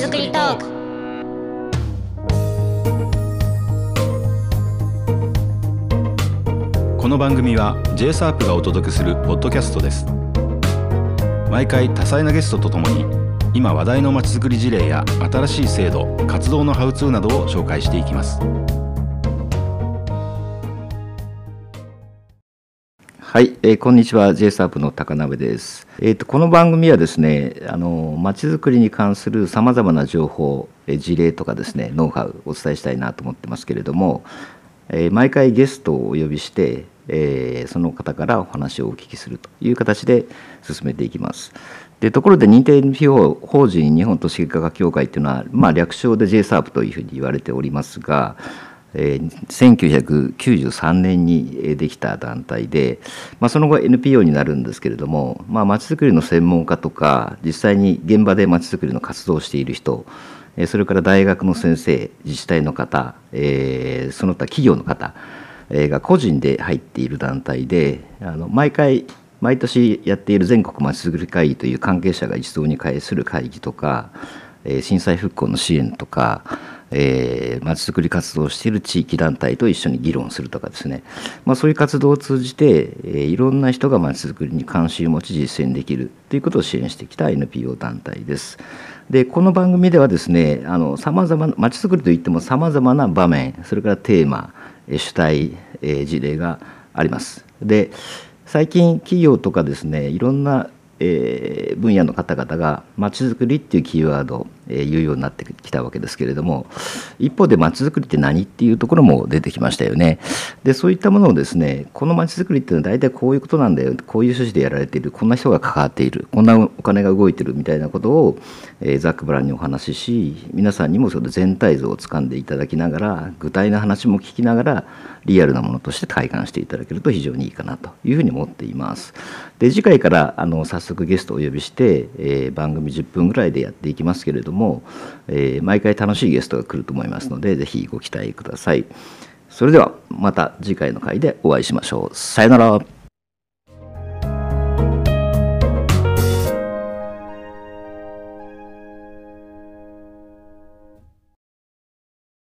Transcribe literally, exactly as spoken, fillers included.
づくりトーク。 この番組は ジェイサープ がお届けするポッドキャストです。毎回多彩なゲストとともに今話題のまちづくり事例や新しい制度、活動のハウツーなどを紹介していきます。 はい、えー、こんにちは。 ジェイサープ の高鍋です。えー、とこの番組はですね、あのまちづくりに関するさまざまな情報、えー、事例とかですね、ノウハウをお伝えしたいなと思ってますけれども、えー、毎回ゲストをお呼びして、えー、その方からお話をお聞きするという形で進めていきます。でところで認定 エヌピーオー 法人日本都市計画協会というのは、まあ、略称で ジェイサープ というふうに言われておりますが、えー、せんきゅうひゃくきゅうじゅうさんねんにできた団体で、まあ、その後 エヌピーオー になるんですけれども、まあ、町づくりの専門家とか実際に現場で町づくりの活動をしている人、それから大学の先生、自治体の方、えー、その他企業の方が個人で入っている団体で、あの毎回毎年やっている全国まちづくり会議という関係者が一堂に会する会議とか、震災復興の支援とか、えー、まちづくり活動をしている地域団体と一緒に議論するとかですね、まあ、そういう活動を通じて、えー、いろんな人がまちづくりに関心を持ち実践できるということを支援してきた エヌピーオー 団体です。でこの番組ではですね、あの様々なまちづくりといってもさまざまな場面、それからテーマ、主体、えー、事例があります。で最近企業とかですね、いろんなえー、分野の方々がまちづくりっていうキーワードを、えー、言うようになってきたわけですけれども、一方でまちづくりって何っていうところも出てきましたよね。でそういったものをですね、このまちづくりっていうのは大体こういうことなんだよ、こういう趣旨でやられている、こんな人が関わっている、こんなお金が動いているみたいなことを、えー、ざっくばらんにお話しし、皆さんにもその全体像をつかんでいただきながら、具体の話も聞きながらリアルなものとして体感していただけると非常にいいかなというふうに思っています。で次回からあの早速ゲストをお呼びして、えー、番組じゅっぷんぐらいでやっていきますけれども、えー、毎回楽しいゲストが来ると思いますので、ぜひご期待ください。それではまた次回の回でお会いしましょう。さよなら。